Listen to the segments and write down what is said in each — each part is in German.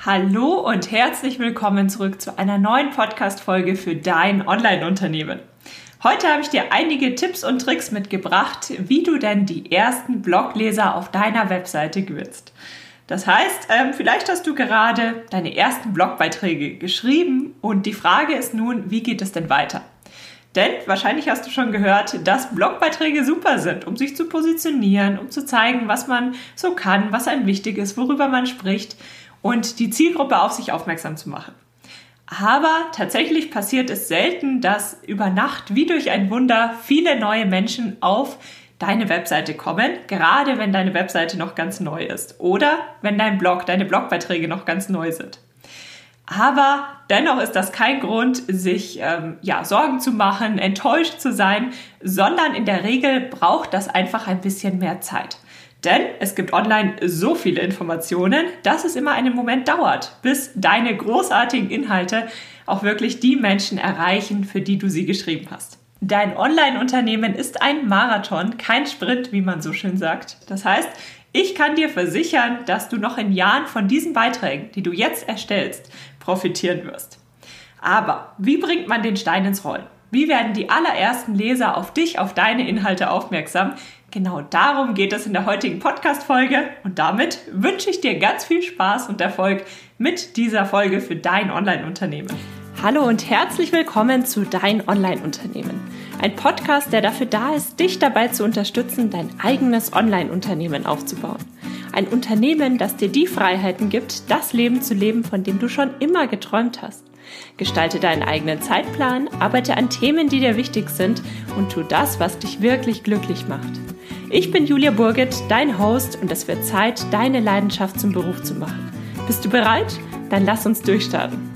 Hallo und herzlich willkommen zurück zu einer neuen Podcast-Folge für dein Online-Unternehmen. Heute habe ich dir einige Tipps und Tricks mitgebracht, wie du denn die ersten Blogleser auf deiner Webseite gewinnst. Das heißt, vielleicht hast du gerade deine ersten Blogbeiträge geschrieben und die Frage ist nun, wie geht es denn weiter? Denn wahrscheinlich hast du schon gehört, dass Blogbeiträge super sind, um sich zu positionieren, um zu zeigen, was man so kann, was einem wichtig ist, worüber man spricht und die Zielgruppe auf sich aufmerksam zu machen. Aber tatsächlich passiert es selten, dass über Nacht wie durch ein Wunder viele neue Menschen auf deine Webseite kommen, gerade wenn deine Webseite noch ganz neu ist oder wenn dein Blog, deine Blogbeiträge noch ganz neu sind. Aber dennoch ist das kein Grund, sich Sorgen zu machen, enttäuscht zu sein, sondern in der Regel braucht das einfach ein bisschen mehr Zeit. Denn es gibt online so viele Informationen, dass es immer einen Moment dauert, bis deine großartigen Inhalte auch wirklich die Menschen erreichen, für die du sie geschrieben hast. Dein Online-Unternehmen ist ein Marathon, kein Sprint, wie man so schön sagt. Das heißt, ich kann dir versichern, dass du noch in Jahren von diesen Beiträgen, die du jetzt erstellst, profitieren wirst. Aber wie bringt man den Stein ins Rollen? Wie werden die allerersten Leser auf dich, auf deine Inhalte aufmerksam? Genau darum geht es in der heutigen Podcast-Folge und damit wünsche ich dir ganz viel Spaß und Erfolg mit dieser Folge für dein Online-Unternehmen. Hallo und herzlich willkommen zu Dein Online-Unternehmen. Ein Podcast, der dafür da ist, dich dabei zu unterstützen, dein eigenes Online-Unternehmen aufzubauen. Ein Unternehmen, das dir die Freiheiten gibt, das Leben zu leben, von dem du schon immer geträumt hast. Gestalte deinen eigenen Zeitplan, arbeite an Themen, die dir wichtig sind und tu das, was dich wirklich glücklich macht. Ich bin Julia Burget, dein Host und es wird Zeit, deine Leidenschaft zum Beruf zu machen. Bist du bereit? Dann lass uns durchstarten.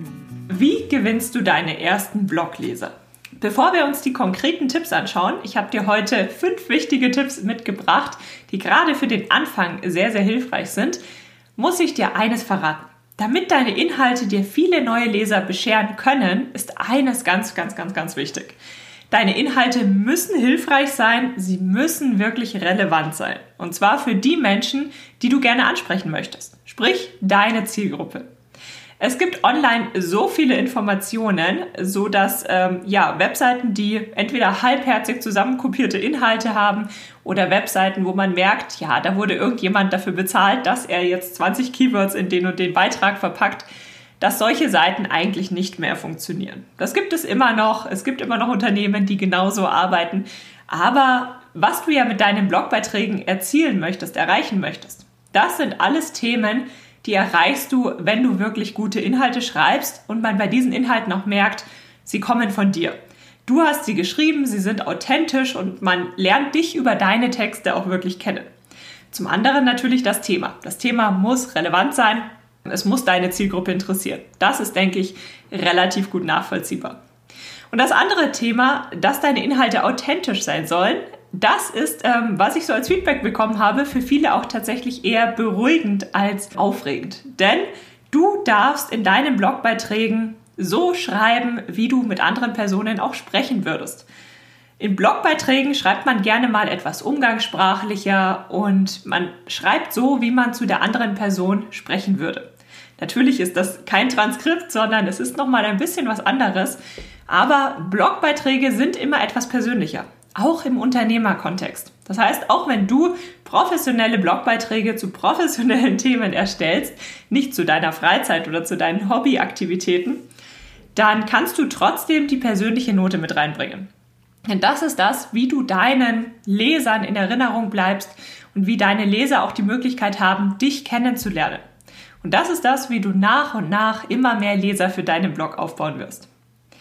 Wie gewinnst du deine ersten Blogleser? Bevor wir uns die konkreten Tipps anschauen, ich habe dir heute 5 wichtige Tipps mitgebracht, die gerade für den Anfang sehr, sehr hilfreich sind, muss ich dir eines verraten. Damit deine Inhalte dir viele neue Leser bescheren können, ist eines ganz, ganz, ganz, ganz wichtig. Deine Inhalte müssen hilfreich sein, sie müssen wirklich relevant sein. Und zwar für die Menschen, die du gerne ansprechen möchtest. Sprich, deine Zielgruppe. Es gibt online so viele Informationen, so dass Webseiten, die entweder halbherzig zusammenkopierte Inhalte haben oder Webseiten, wo man merkt, ja, da wurde irgendjemand dafür bezahlt, dass er jetzt 20 Keywords in den und den Beitrag verpackt, dass solche Seiten eigentlich nicht mehr funktionieren. Das gibt es immer noch. Es gibt immer noch Unternehmen, die genauso arbeiten. Aber was du ja mit deinen Blogbeiträgen erreichen möchtest, das sind alles Themen, die erreichst du, wenn du wirklich gute Inhalte schreibst und man bei diesen Inhalten auch merkt, sie kommen von dir. Du hast sie geschrieben, sie sind authentisch und man lernt dich über deine Texte auch wirklich kennen. Zum anderen natürlich das Thema. Das Thema muss relevant sein. Es muss deine Zielgruppe interessieren. Das ist, denke ich, relativ gut nachvollziehbar. Und das andere Thema, dass deine Inhalte authentisch sein sollen, das ist, was ich so als Feedback bekommen habe, für viele auch tatsächlich eher beruhigend als aufregend. Denn du darfst in deinen Blogbeiträgen so schreiben, wie du mit anderen Personen auch sprechen würdest. In Blogbeiträgen schreibt man gerne mal etwas umgangssprachlicher und man schreibt so, wie man zu der anderen Person sprechen würde. Natürlich ist das kein Transkript, sondern es ist nochmal ein bisschen was anderes. Aber Blogbeiträge sind immer etwas persönlicher, auch im Unternehmerkontext. Das heißt, auch wenn du professionelle Blogbeiträge zu professionellen Themen erstellst, nicht zu deiner Freizeit oder zu deinen Hobbyaktivitäten, dann kannst du trotzdem die persönliche Note mit reinbringen. Denn das ist das, wie du deinen Lesern in Erinnerung bleibst und wie deine Leser auch die Möglichkeit haben, dich kennenzulernen. Und das ist das, wie du nach und nach immer mehr Leser für deinen Blog aufbauen wirst.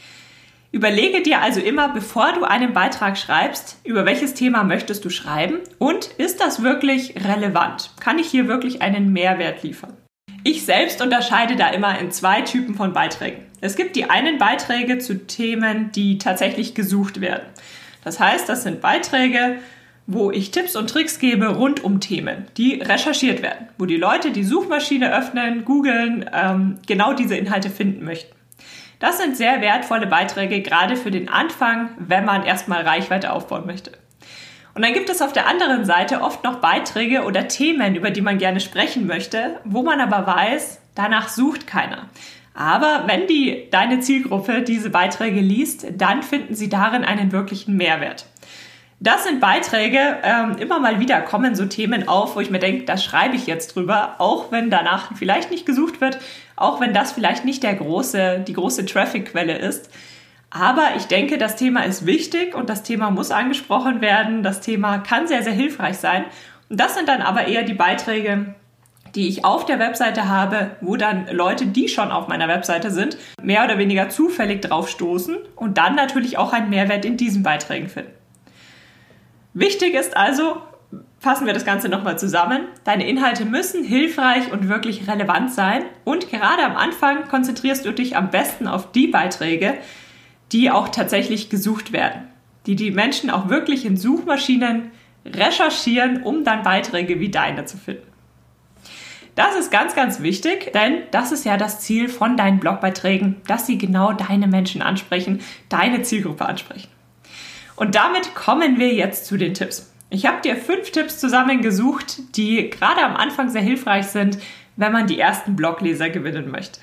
Überlege dir also immer, bevor du einen Beitrag schreibst, über welches Thema möchtest du schreiben und ist das wirklich relevant? Kann ich hier wirklich einen Mehrwert liefern? Ich selbst unterscheide da immer in 2 Typen von Beiträgen. Es gibt die einen Beiträge zu Themen, die tatsächlich gesucht werden. Das heißt, das sind Beiträge, wo ich Tipps und Tricks gebe rund um Themen, die recherchiert werden, wo die Leute die Suchmaschine öffnen, googeln, genau diese Inhalte finden möchten. Das sind sehr wertvolle Beiträge, gerade für den Anfang, wenn man erstmal Reichweite aufbauen möchte. Und dann gibt es auf der anderen Seite oft noch Beiträge oder Themen, über die man gerne sprechen möchte, wo man aber weiß, danach sucht keiner. Aber wenn deine Zielgruppe diese Beiträge liest, dann finden sie darin einen wirklichen Mehrwert. Das sind Beiträge, immer mal wieder kommen so Themen auf, wo ich mir denke, da schreibe ich jetzt drüber, auch wenn danach vielleicht nicht gesucht wird, auch wenn das vielleicht nicht die große Traffic-Quelle ist. Aber ich denke, das Thema ist wichtig und das Thema muss angesprochen werden. Das Thema kann sehr, sehr hilfreich sein. Und das sind dann aber eher die Beiträge, die ich auf der Webseite habe, wo dann Leute, die schon auf meiner Webseite sind, mehr oder weniger zufällig drauf stoßen und dann natürlich auch einen Mehrwert in diesen Beiträgen finden. Wichtig ist also, fassen wir das Ganze nochmal zusammen, deine Inhalte müssen hilfreich und wirklich relevant sein und gerade am Anfang konzentrierst du dich am besten auf die Beiträge, die auch tatsächlich gesucht werden, die Menschen auch wirklich in Suchmaschinen recherchieren, um dann Beiträge wie deine zu finden. Das ist ganz, ganz wichtig, denn das ist ja das Ziel von deinen Blogbeiträgen, dass sie genau deine Menschen ansprechen, deine Zielgruppe ansprechen. Und damit kommen wir jetzt zu den Tipps. Ich habe dir 5 Tipps zusammengesucht, die gerade am Anfang sehr hilfreich sind, wenn man die ersten Blogleser gewinnen möchte.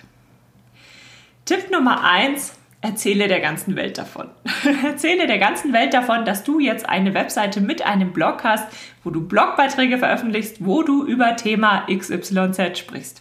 Tipp Nummer 1, erzähle der ganzen Welt davon. Erzähle der ganzen Welt davon, dass du jetzt eine Webseite mit einem Blog hast, wo du Blogbeiträge veröffentlichst, wo du über Thema XYZ sprichst.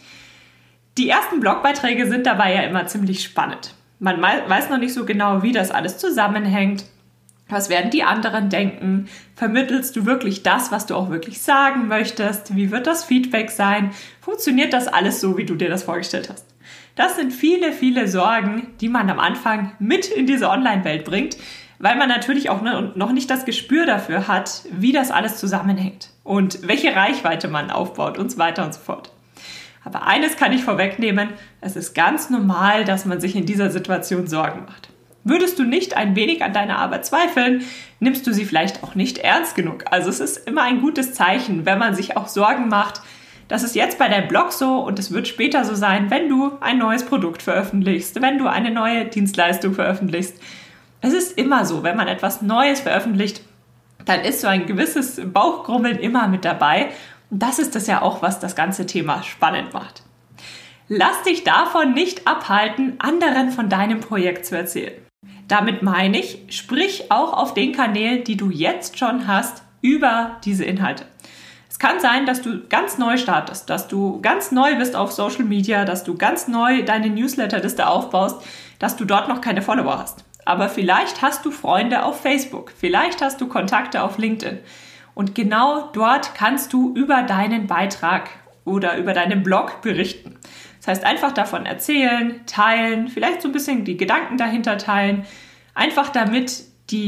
Die ersten Blogbeiträge sind dabei ja immer ziemlich spannend. Man weiß noch nicht so genau, wie das alles zusammenhängt. Was werden die anderen denken? Vermittelst du wirklich das, was du auch wirklich sagen möchtest? Wie wird das Feedback sein? Funktioniert das alles so, wie du dir das vorgestellt hast? Das sind viele, viele Sorgen, die man am Anfang mit in diese Online-Welt bringt, weil man natürlich auch noch nicht das Gespür dafür hat, wie das alles zusammenhängt und welche Reichweite man aufbaut und so weiter und so fort. Aber eines kann ich vorwegnehmen, es ist ganz normal, dass man sich in dieser Situation Sorgen macht. Würdest du nicht ein wenig an deiner Arbeit zweifeln, nimmst du sie vielleicht auch nicht ernst genug. Also es ist immer ein gutes Zeichen, wenn man sich auch Sorgen macht. Das ist jetzt bei deinem Blog so und es wird später so sein, wenn du ein neues Produkt veröffentlichst, wenn du eine neue Dienstleistung veröffentlichst. Es ist immer so, wenn man etwas Neues veröffentlicht, dann ist so ein gewisses Bauchgrummeln immer mit dabei. Und das ist es ja auch, was das ganze Thema spannend macht. Lass dich davon nicht abhalten, anderen von deinem Projekt zu erzählen. Damit meine ich, sprich auch auf den Kanälen, die du jetzt schon hast, über diese Inhalte. Es kann sein, dass du ganz neu startest, dass du ganz neu bist auf Social Media, dass du ganz neu deine Newsletterliste aufbaust, dass du dort noch keine Follower hast. Aber vielleicht hast du Freunde auf Facebook, vielleicht hast du Kontakte auf LinkedIn. Und genau dort kannst du über deinen Beitrag oder über deinen Blog berichten. Das heißt, einfach davon erzählen, teilen, vielleicht so ein bisschen die Gedanken dahinter teilen, einfach damit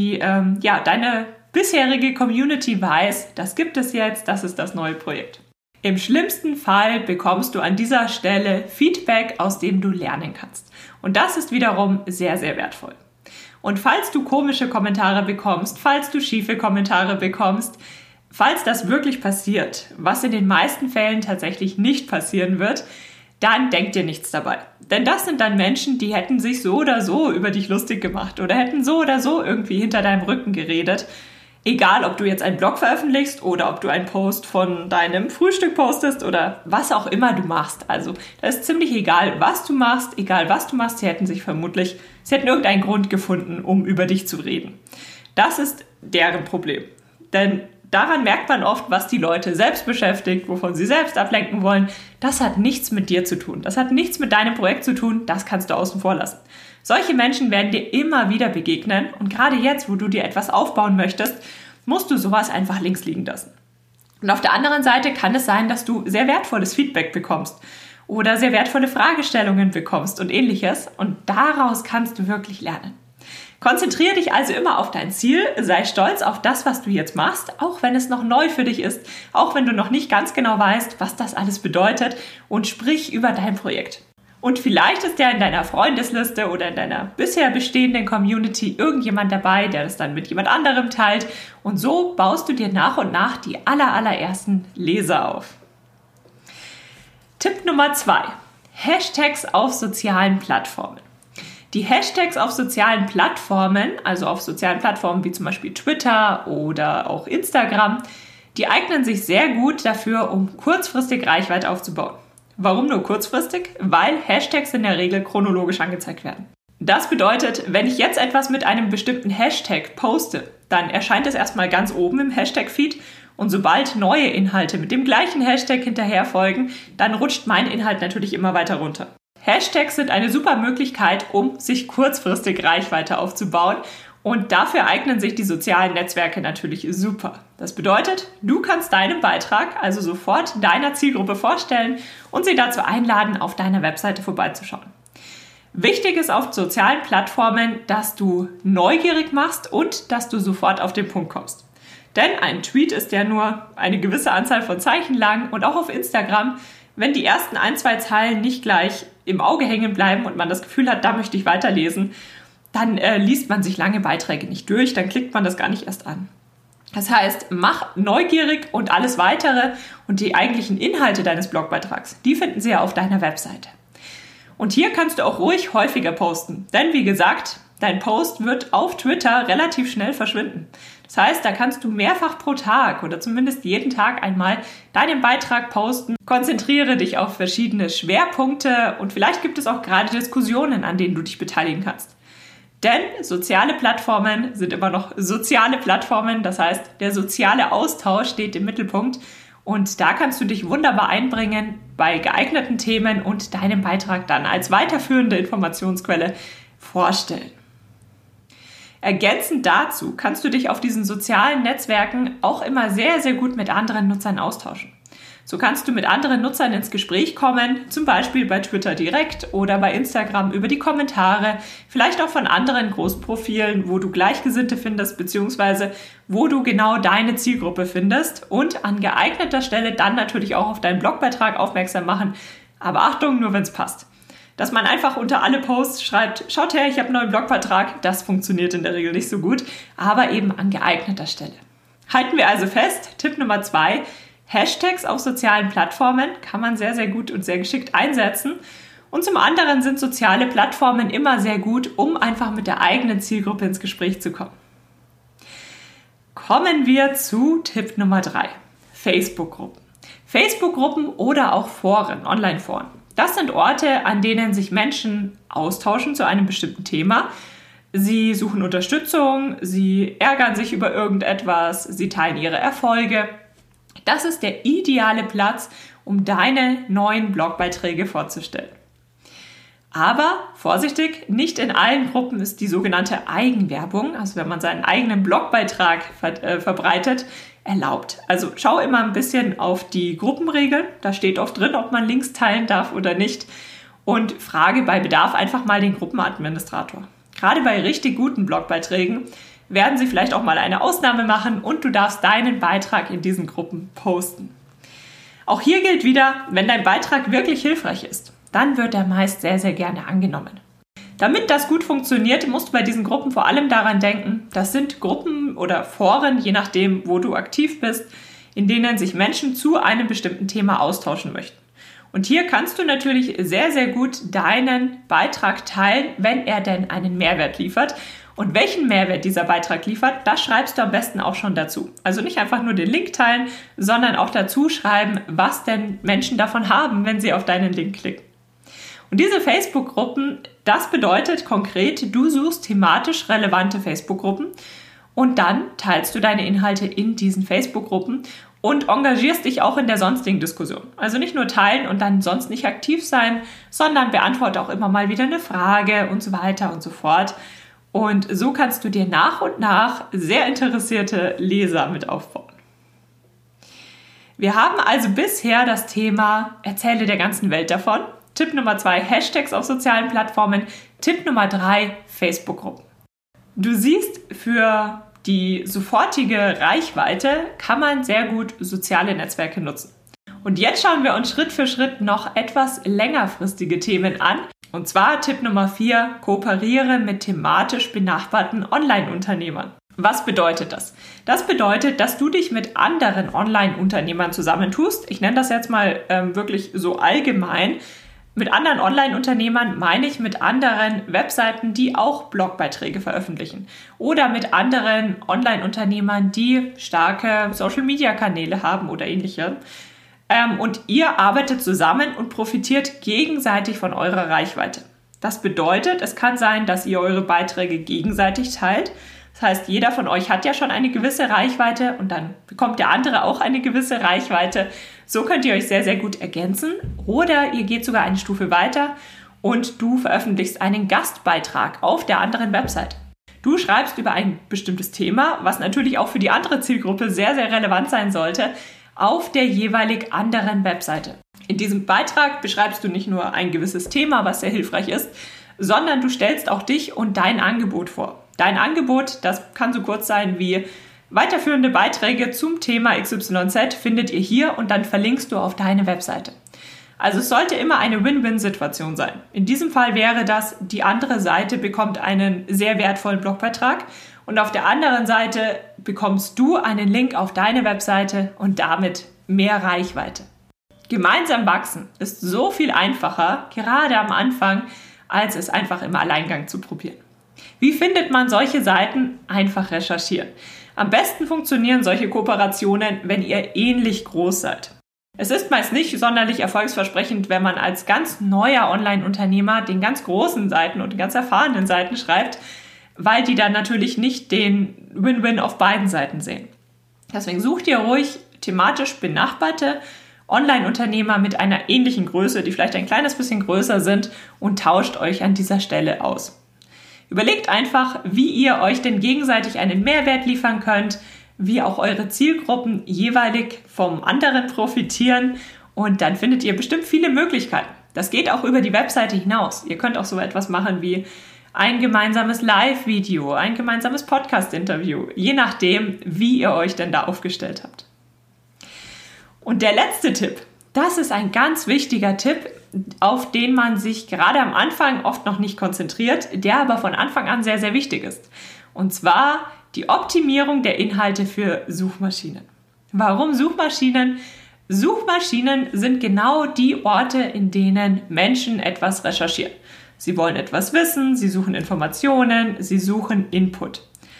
deine bisherige Community weiß, das gibt es jetzt, das ist das neue Projekt. Im schlimmsten Fall bekommst du an dieser Stelle Feedback, aus dem du lernen kannst. Und das ist wiederum sehr, sehr wertvoll. Und falls du komische Kommentare bekommst, falls du schiefe Kommentare bekommst, falls das wirklich passiert, was in den meisten Fällen tatsächlich nicht passieren wird, dann denk dir nichts dabei. Denn das sind dann Menschen, die hätten sich so oder so über dich lustig gemacht oder hätten so oder so irgendwie hinter deinem Rücken geredet. Egal, ob du jetzt einen Blog veröffentlichst oder ob du einen Post von deinem Frühstück postest oder was auch immer du machst. Also, das ist ziemlich egal, was du machst. Sie hätten irgendeinen Grund gefunden, um über dich zu reden. Das ist deren Problem. Denn daran merkt man oft, was die Leute selbst beschäftigt, wovon sie selbst ablenken wollen. Das hat nichts mit dir zu tun. Das hat nichts mit deinem Projekt zu tun. Das kannst du außen vor lassen. Solche Menschen werden dir immer wieder begegnen und gerade jetzt, wo du dir etwas aufbauen möchtest, musst du sowas einfach links liegen lassen. Und auf der anderen Seite kann es sein, dass du sehr wertvolles Feedback bekommst oder sehr wertvolle Fragestellungen bekommst und ähnliches und daraus kannst du wirklich lernen. Konzentriere dich also immer auf dein Ziel, sei stolz auf das, was du jetzt machst, auch wenn es noch neu für dich ist, auch wenn du noch nicht ganz genau weißt, was das alles bedeutet und sprich über dein Projekt. Und vielleicht ist ja in deiner Freundesliste oder in deiner bisher bestehenden Community irgendjemand dabei, der das dann mit jemand anderem teilt. Und so baust du dir nach und nach die allerersten Leser auf. Tipp Nummer 2. Hashtags auf sozialen Plattformen. Die Hashtags auf sozialen Plattformen, also auf sozialen Plattformen wie zum Beispiel Twitter oder auch Instagram, die eignen sich sehr gut dafür, um kurzfristig Reichweite aufzubauen. Warum nur kurzfristig? Weil Hashtags in der Regel chronologisch angezeigt werden. Das bedeutet, wenn ich jetzt etwas mit einem bestimmten Hashtag poste, dann erscheint es erstmal ganz oben im Hashtag-Feed und sobald neue Inhalte mit dem gleichen Hashtag hinterher folgen, dann rutscht mein Inhalt natürlich immer weiter runter. Hashtags sind eine super Möglichkeit, um sich kurzfristig Reichweite aufzubauen und dafür eignen sich die sozialen Netzwerke natürlich super. Das bedeutet, du kannst deinen Beitrag also sofort deiner Zielgruppe vorstellen und sie dazu einladen, auf deiner Webseite vorbeizuschauen. Wichtig ist auf sozialen Plattformen, dass du neugierig machst und dass du sofort auf den Punkt kommst. Denn ein Tweet ist ja nur eine gewisse Anzahl von Zeichen lang und auch auf Instagram, wenn die ersten 1-2 Zeilen nicht gleich im Auge hängen bleiben und man das Gefühl hat, da möchte ich weiterlesen, dann liest man sich lange Beiträge nicht durch, dann klickt man das gar nicht erst an. Das heißt, mach neugierig und alles Weitere und die eigentlichen Inhalte deines Blogbeitrags, die finden Sie ja auf deiner Webseite. Und hier kannst du auch ruhig häufiger posten, denn wie gesagt, dein Post wird auf Twitter relativ schnell verschwinden. Das heißt, da kannst du mehrfach pro Tag oder zumindest jeden Tag einmal deinen Beitrag posten. Konzentriere dich auf verschiedene Schwerpunkte und vielleicht gibt es auch gerade Diskussionen, an denen du dich beteiligen kannst. Denn soziale Plattformen sind immer noch soziale Plattformen, das heißt, der soziale Austausch steht im Mittelpunkt und da kannst du dich wunderbar einbringen bei geeigneten Themen und deinen Beitrag dann als weiterführende Informationsquelle vorstellen. Ergänzend dazu kannst du dich auf diesen sozialen Netzwerken auch immer sehr, sehr gut mit anderen Nutzern austauschen. So kannst du mit anderen Nutzern ins Gespräch kommen, zum Beispiel bei Twitter direkt oder bei Instagram über die Kommentare, vielleicht auch von anderen Großprofilen, wo du Gleichgesinnte findest, beziehungsweise wo du genau deine Zielgruppe findest und an geeigneter Stelle dann natürlich auch auf deinen Blogbeitrag aufmerksam machen. Aber Achtung, nur wenn es passt. Dass man einfach unter alle Posts schreibt, schaut her, ich habe einen neuen Blogbeitrag, das funktioniert in der Regel nicht so gut, aber eben an geeigneter Stelle. Halten wir also fest, Tipp Nummer 2, Hashtags auf sozialen Plattformen kann man sehr, sehr gut und sehr geschickt einsetzen. Und zum anderen sind soziale Plattformen immer sehr gut, um einfach mit der eigenen Zielgruppe ins Gespräch zu kommen. Kommen wir zu Tipp Nummer 3, Facebook-Gruppen. Facebook-Gruppen oder auch Foren, Online-Foren. Das sind Orte, an denen sich Menschen austauschen zu einem bestimmten Thema. Sie suchen Unterstützung, sie ärgern sich über irgendetwas, sie teilen ihre Erfolge. Das ist der ideale Platz, um deine neuen Blogbeiträge vorzustellen. Aber vorsichtig, nicht in allen Gruppen ist die sogenannte Eigenwerbung, also wenn man seinen eigenen Blogbeitrag verbreitet, erlaubt. Also schau immer ein bisschen auf die Gruppenregeln, da steht oft drin, ob man Links teilen darf oder nicht und frage bei Bedarf einfach mal den Gruppenadministrator. Gerade bei richtig guten Blogbeiträgen werden sie vielleicht auch mal eine Ausnahme machen und du darfst deinen Beitrag in diesen Gruppen posten. Auch hier gilt wieder, wenn dein Beitrag wirklich hilfreich ist, dann wird er meist sehr, sehr gerne angenommen. Damit das gut funktioniert, musst du bei diesen Gruppen vor allem daran denken, das sind Gruppen oder Foren, je nachdem, wo du aktiv bist, in denen sich Menschen zu einem bestimmten Thema austauschen möchten. Und hier kannst du natürlich sehr, sehr gut deinen Beitrag teilen, wenn er denn einen Mehrwert liefert. Und welchen Mehrwert dieser Beitrag liefert, das schreibst du am besten auch schon dazu. Also nicht einfach nur den Link teilen, sondern auch dazu schreiben, was denn Menschen davon haben, wenn sie auf deinen Link klicken. Und diese Facebook-Gruppen, das bedeutet konkret, du suchst thematisch relevante Facebook-Gruppen und dann teilst du deine Inhalte in diesen Facebook-Gruppen und engagierst dich auch in der sonstigen Diskussion. Also nicht nur teilen und dann sonst nicht aktiv sein, sondern beantworte auch immer mal wieder eine Frage und so weiter und so fort. Und so kannst du dir nach und nach sehr interessierte Leser mit aufbauen. Wir haben also bisher das Thema Erzähle der ganzen Welt davon. Tipp Nummer 2, Hashtags auf sozialen Plattformen. Tipp Nummer 3, Facebook-Gruppen. Du siehst, für die sofortige Reichweite kann man sehr gut soziale Netzwerke nutzen. Und jetzt schauen wir uns Schritt für Schritt noch etwas längerfristige Themen an. Und zwar Tipp Nummer 4, kooperiere mit thematisch benachbarten Online-Unternehmern. Was bedeutet das? Das bedeutet, dass du dich mit anderen Online-Unternehmern zusammentust. Ich nenne das jetzt mal wirklich so allgemein. Mit anderen Online-Unternehmern meine ich mit anderen Webseiten, die auch Blogbeiträge veröffentlichen. Oder mit anderen Online-Unternehmern, die starke Social-Media-Kanäle haben oder ähnliche. und ihr arbeitet zusammen und profitiert gegenseitig von eurer Reichweite. Das bedeutet, es kann sein, dass ihr eure Beiträge gegenseitig teilt. Das heißt, jeder von euch hat ja schon eine gewisse Reichweite und dann bekommt der andere auch eine gewisse Reichweite. So könnt ihr euch sehr, sehr gut ergänzen. Oder ihr geht sogar eine Stufe weiter und du veröffentlichst einen Gastbeitrag auf der anderen Website. Du schreibst über ein bestimmtes Thema, was natürlich auch für die andere Zielgruppe sehr, sehr relevant sein sollte, auf der jeweilig anderen Webseite. In diesem Beitrag beschreibst du nicht nur ein gewisses Thema, was sehr hilfreich ist, sondern du stellst auch dich und dein Angebot vor. Dein Angebot, das kann so kurz sein wie: weiterführende Beiträge zum Thema XYZ findet ihr hier, und dann verlinkst du auf deine Webseite. Also es sollte immer eine Win-Win-Situation sein. In diesem Fall wäre das, die andere Seite bekommt einen sehr wertvollen Blogbeitrag und auf der anderen Seite bekommst du einen Link auf deine Webseite und damit mehr Reichweite. Gemeinsam wachsen ist so viel einfacher, gerade am Anfang, als es einfach im Alleingang zu probieren. Wie findet man solche Seiten? Einfach recherchieren. Am besten funktionieren solche Kooperationen, wenn ihr ähnlich groß seid. Es ist meist nicht sonderlich erfolgsversprechend, wenn man als ganz neuer Online-Unternehmer den ganz großen Seiten und den ganz erfahrenen Seiten schreibt, weil die dann natürlich nicht den Win-Win auf beiden Seiten sehen. Deswegen sucht ihr ruhig thematisch benachbarte Online-Unternehmer mit einer ähnlichen Größe, die vielleicht ein kleines bisschen größer sind, und tauscht euch an dieser Stelle aus. Überlegt einfach, wie ihr euch denn gegenseitig einen Mehrwert liefern könnt, wie auch eure Zielgruppen jeweilig vom anderen profitieren, und dann findet ihr bestimmt viele Möglichkeiten. Das geht auch über die Webseite hinaus. Ihr könnt auch so etwas machen wie ein gemeinsames Live-Video, ein gemeinsames Podcast-Interview, je nachdem, wie ihr euch denn da aufgestellt habt. Und der letzte Tipp, das ist ein ganz wichtiger Tipp, auf den man sich gerade am Anfang oft noch nicht konzentriert, der aber von Anfang an sehr, sehr wichtig ist. Und zwar die Optimierung der Inhalte für Suchmaschinen. Warum Suchmaschinen? Suchmaschinen sind genau die Orte, in denen Menschen etwas recherchieren. Sie wollen etwas wissen, sie suchen Informationen, sie suchen Input.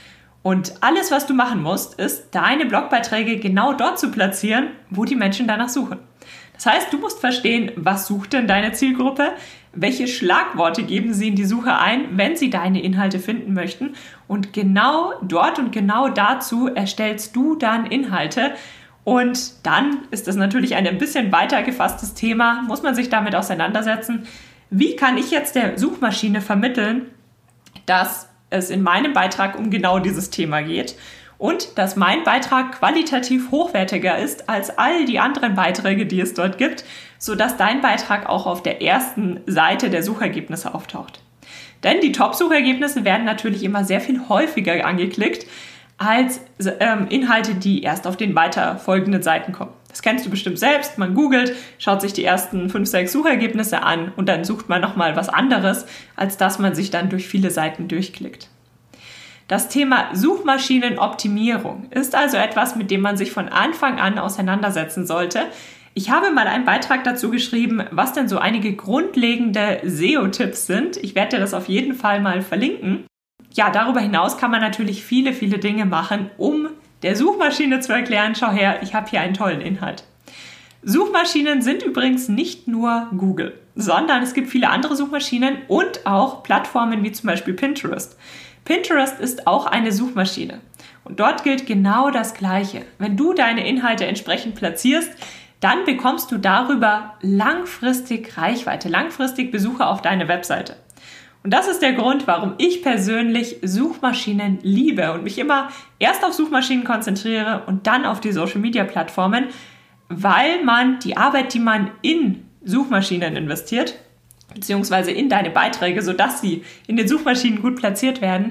Und alles, was du machen musst, ist, deine Blogbeiträge genau dort zu platzieren, wo die Menschen danach suchen. Das heißt, du musst verstehen, was sucht denn deine Zielgruppe, welche Schlagworte geben sie in die Suche ein, wenn sie deine Inhalte finden möchten. Und genau dort und genau dazu erstellst du dann Inhalte. Und dann ist das natürlich ein bisschen weiter gefasstes Thema, muss man sich damit auseinandersetzen. Wie kann ich jetzt der Suchmaschine vermitteln, dass es in meinem Beitrag um genau dieses Thema geht und dass mein Beitrag qualitativ hochwertiger ist als all die anderen Beiträge, die es dort gibt, sodass dein Beitrag auch auf der ersten Seite der Suchergebnisse auftaucht. Denn die Top-Suchergebnisse werden natürlich immer sehr viel häufiger angeklickt als Inhalte, die erst auf den weiter folgenden Seiten kommen. Das kennst du bestimmt selbst. Man googelt, schaut sich die ersten 5, 6 Suchergebnisse an und dann sucht man nochmal was anderes, als dass man sich dann durch viele Seiten durchklickt. Das Thema Suchmaschinenoptimierung ist also etwas, mit dem man sich von Anfang an auseinandersetzen sollte. Ich habe mal einen Beitrag dazu geschrieben, was denn so einige grundlegende SEO-Tipps sind. Ich werde dir das auf jeden Fall mal verlinken. Ja, darüber hinaus kann man natürlich viele, viele Dinge machen, um der Suchmaschine zu erklären, schau her, ich habe hier einen tollen Inhalt. Suchmaschinen sind übrigens nicht nur Google, sondern es gibt viele andere Suchmaschinen und auch Plattformen wie zum Beispiel Pinterest. Pinterest ist auch eine Suchmaschine und dort gilt genau das Gleiche. Wenn du deine Inhalte entsprechend platzierst, dann bekommst du darüber langfristig Reichweite, langfristig Besucher auf deine Webseite. Und das ist der Grund, warum ich persönlich Suchmaschinen liebe und mich immer erst auf Suchmaschinen konzentriere und dann auf die Social-Media-Plattformen, weil man die Arbeit, die man in Suchmaschinen investiert, beziehungsweise in deine Beiträge, sodass sie in den Suchmaschinen gut platziert werden,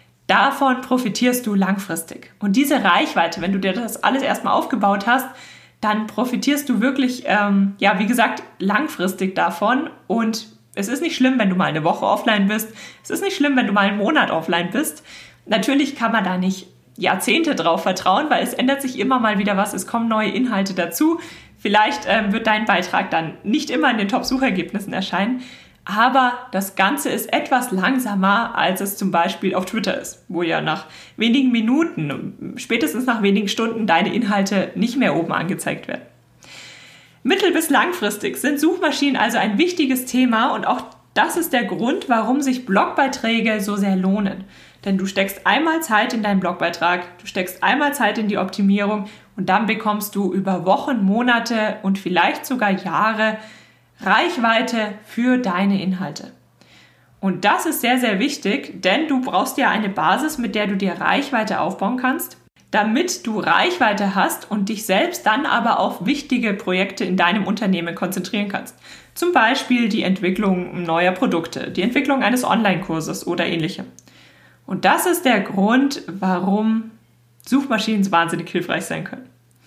davon profitierst du langfristig. Und diese Reichweite, wenn du dir das alles erstmal aufgebaut hast, dann profitierst du wirklich, wie gesagt, langfristig davon. Und es ist nicht schlimm, wenn du mal eine Woche offline bist. Es ist nicht schlimm, wenn du mal einen Monat offline bist. Natürlich kann man da nicht Jahrzehnte drauf vertrauen, weil es ändert sich immer mal wieder was. Es kommen neue Inhalte dazu. Vielleicht wird dein Beitrag dann nicht immer in den Top-Suchergebnissen erscheinen. Aber das Ganze ist etwas langsamer, als es zum Beispiel auf Twitter ist, wo ja nach wenigen Minuten, spätestens nach wenigen Stunden deine Inhalte nicht mehr oben angezeigt werden. Mittel- bis langfristig sind Suchmaschinen also ein wichtiges Thema und auch das ist der Grund, warum sich Blogbeiträge so sehr lohnen. Denn du steckst einmal Zeit in deinen Blogbeitrag, du steckst einmal Zeit in die Optimierung und dann bekommst du über Wochen, Monate und vielleicht sogar Jahre Reichweite für deine Inhalte. Und das ist sehr, sehr wichtig, denn du brauchst ja eine Basis, mit der du dir Reichweite aufbauen kannst, damit du Reichweite hast und dich selbst dann aber auf wichtige Projekte in deinem Unternehmen konzentrieren kannst. Zum Beispiel die Entwicklung neuer Produkte, die Entwicklung eines Online-Kurses oder ähnlichem. Und das ist der Grund, warum Suchmaschinen wahnsinnig hilfreich sein können.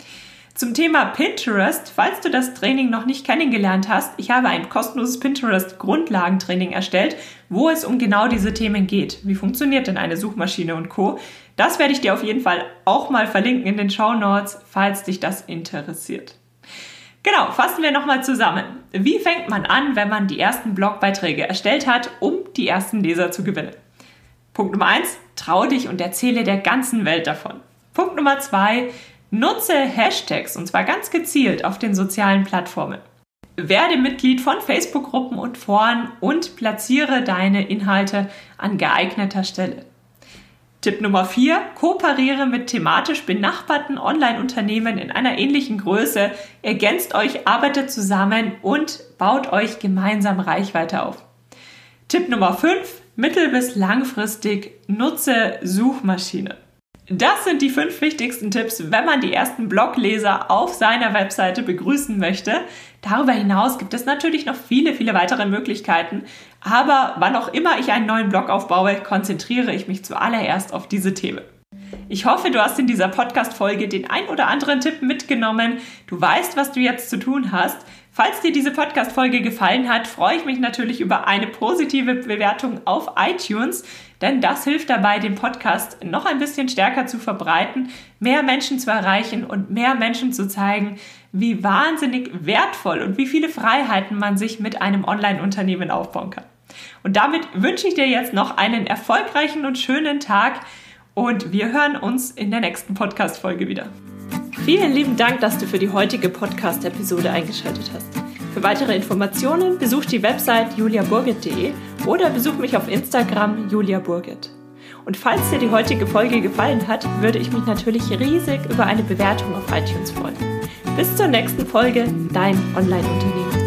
Zum Thema Pinterest, falls du das Training noch nicht kennengelernt hast, ich habe ein kostenloses Pinterest-Grundlagentraining erstellt, wo es um genau diese Themen geht. Wie funktioniert denn eine Suchmaschine und Co.? Das werde ich dir auf jeden Fall auch mal verlinken in den Shownotes, falls dich das interessiert. Genau, fassen wir nochmal zusammen. Wie fängt man an, wenn man die ersten Blogbeiträge erstellt hat, um die ersten Leser zu gewinnen? Punkt Nummer 1, trau dich und erzähle der ganzen Welt davon. Punkt Nummer 2, nutze Hashtags und zwar ganz gezielt auf den sozialen Plattformen. Werde Mitglied von Facebook-Gruppen und Foren und platziere deine Inhalte an geeigneter Stelle. Tipp Nummer 4, kooperiere mit thematisch benachbarten Online-Unternehmen in einer ähnlichen Größe, ergänzt euch, arbeitet zusammen und baut euch gemeinsam Reichweite auf. Tipp Nummer 5, mittel- bis langfristig nutze Suchmaschinen. Das sind die 5 wichtigsten Tipps, wenn man die ersten Blogleser auf seiner Webseite begrüßen möchte. Darüber hinaus gibt es natürlich noch viele, viele weitere Möglichkeiten. Aber wann auch immer ich einen neuen Blog aufbaue, konzentriere ich mich zuallererst auf diese Themen. Ich hoffe, du hast in dieser Podcast-Folge den ein oder anderen Tipp mitgenommen. Du weißt, was du jetzt zu tun hast. Falls dir diese Podcast-Folge gefallen hat, freue ich mich natürlich über eine positive Bewertung auf iTunes, denn das hilft dabei, den Podcast noch ein bisschen stärker zu verbreiten, mehr Menschen zu erreichen und mehr Menschen zu zeigen, wie wahnsinnig wertvoll und wie viele Freiheiten man sich mit einem Online-Unternehmen aufbauen kann. Und damit wünsche ich dir jetzt noch einen erfolgreichen und schönen Tag und wir hören uns in der nächsten Podcast-Folge wieder. Vielen lieben Dank, dass du für die heutige Podcast-Episode eingeschaltet hast. Für weitere Informationen besuch die Website juliaburgit.de oder besuch mich auf Instagram juliaburgit. Und falls dir die heutige Folge gefallen hat, würde ich mich natürlich riesig über eine Bewertung auf iTunes freuen. Bis zur nächsten Folge, dein Online-Unternehmen.